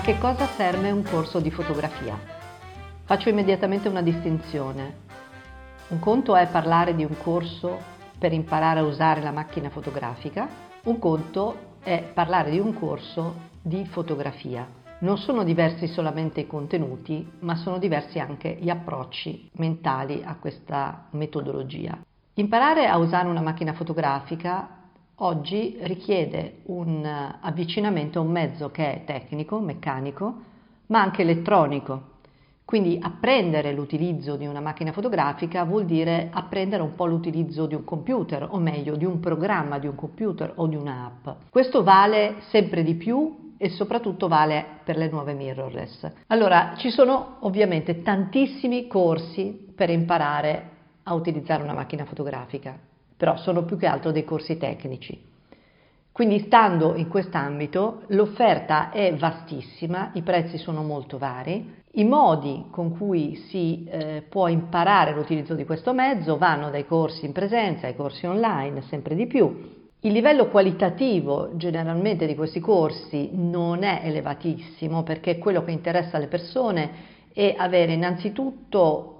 che cosa serve un corso di fotografia? Faccio immediatamente una distinzione. Un conto è parlare di un corso per imparare a usare la macchina fotografica, un conto è parlare di un corso di fotografia. Non sono diversi solamente i contenuti, ma sono diversi anche gli approcci mentali a questa metodologia. Imparare a usare una macchina fotografica oggi richiede un avvicinamento a un mezzo che è tecnico, meccanico, ma anche elettronico. Quindi apprendere l'utilizzo di una macchina fotografica vuol dire apprendere un po' l'utilizzo di un computer, o meglio di un programma di un computer o di un'app. Questo vale sempre di più e soprattutto vale per le nuove mirrorless. Allora, ci sono ovviamente tantissimi corsi per imparare a utilizzare una macchina fotografica, però sono più che altro dei corsi tecnici. Quindi stando in quest'ambito l'offerta è vastissima, i prezzi sono molto vari, i modi con cui si può imparare l'utilizzo di questo mezzo vanno dai corsi in presenza ai corsi online, sempre di più. Il livello qualitativo generalmente di questi corsi non è elevatissimo perché quello che interessa alle persone è avere innanzitutto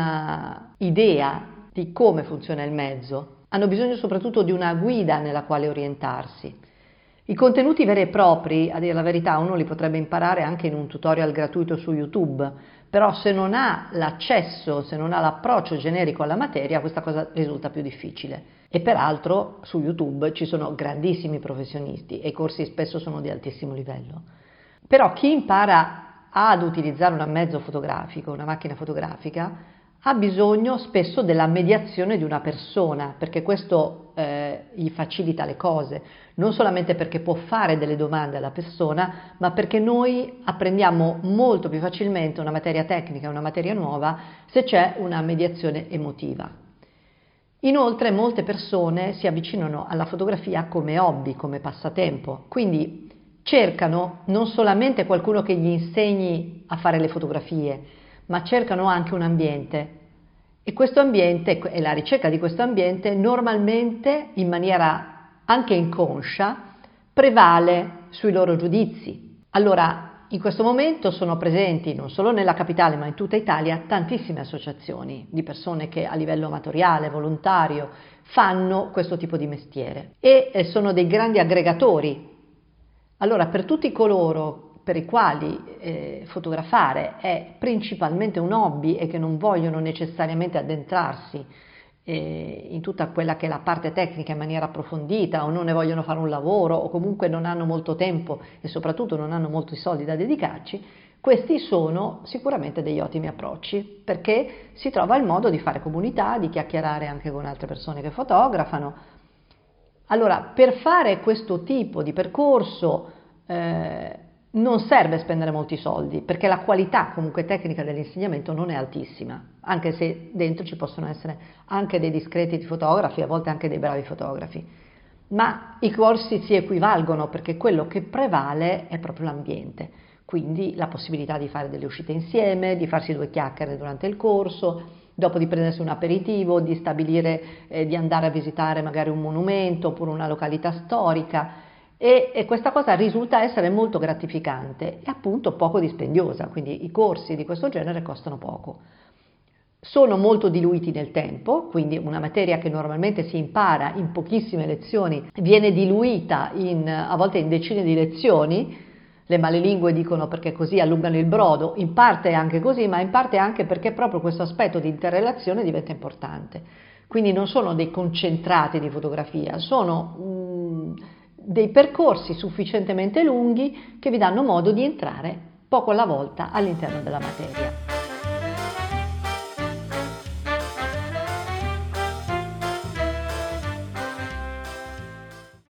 un'idea di come funziona il mezzo. Hanno bisogno soprattutto di una guida nella quale orientarsi. I contenuti veri e propri, a dire la verità, uno li potrebbe imparare anche in un tutorial gratuito su YouTube, però se non ha l'accesso, se non ha l'approccio generico alla materia, questa cosa risulta più difficile. E peraltro su YouTube ci sono grandissimi professionisti e i corsi spesso sono di altissimo livello. Però chi impara ad utilizzare un mezzo fotografico, una macchina fotografica, ha bisogno spesso della mediazione di una persona, perché questo gli facilita le cose, non solamente perché può fare delle domande alla persona, ma perché noi apprendiamo molto più facilmente una materia tecnica, una materia nuova, se c'è una mediazione emotiva. Inoltre molte persone si avvicinano alla fotografia come hobby, come passatempo, quindi cercano non solamente qualcuno che gli insegni a fare le fotografie, ma cercano anche un ambiente e questo ambiente e la ricerca di questo ambiente normalmente in maniera anche inconscia prevale sui loro giudizi. Allora in questo momento sono presenti non solo nella capitale ma in tutta Italia tantissime associazioni di persone che a livello amatoriale, volontario fanno questo tipo di mestiere e sono dei grandi aggregatori. Allora per tutti coloro per i quali fotografare è principalmente un hobby e che non vogliono necessariamente addentrarsi in tutta quella che è la parte tecnica in maniera approfondita o non ne vogliono fare un lavoro o comunque non hanno molto tempo e soprattutto non hanno molti soldi da dedicarci, questi sono sicuramente degli ottimi approcci perché si trova il modo di fare comunità, di chiacchierare anche con altre persone che fotografano. Allora, per fare questo tipo di percorso non serve spendere molti soldi perché la qualità comunque tecnica dell'insegnamento non è altissima, anche se dentro ci possono essere anche dei discreti fotografi, a volte anche dei bravi fotografi, ma i corsi si equivalgono perché quello che prevale è proprio l'ambiente, quindi la possibilità di fare delle uscite insieme, di farsi due chiacchiere durante il corso, dopo di prendersi un aperitivo, di stabilire di andare a visitare magari un monumento oppure una località storica. E questa cosa risulta essere molto gratificante e appunto poco dispendiosa, quindi i corsi di questo genere costano poco. Sono molto diluiti nel tempo, quindi una materia che normalmente si impara in pochissime lezioni viene diluita a volte in decine di lezioni. Le malelingue dicono perché così allungano il brodo, in parte è anche così, ma in parte anche perché proprio questo aspetto di interrelazione diventa importante. Quindi non sono dei concentrati di fotografia, sono dei percorsi sufficientemente lunghi che vi danno modo di entrare poco alla volta all'interno della materia.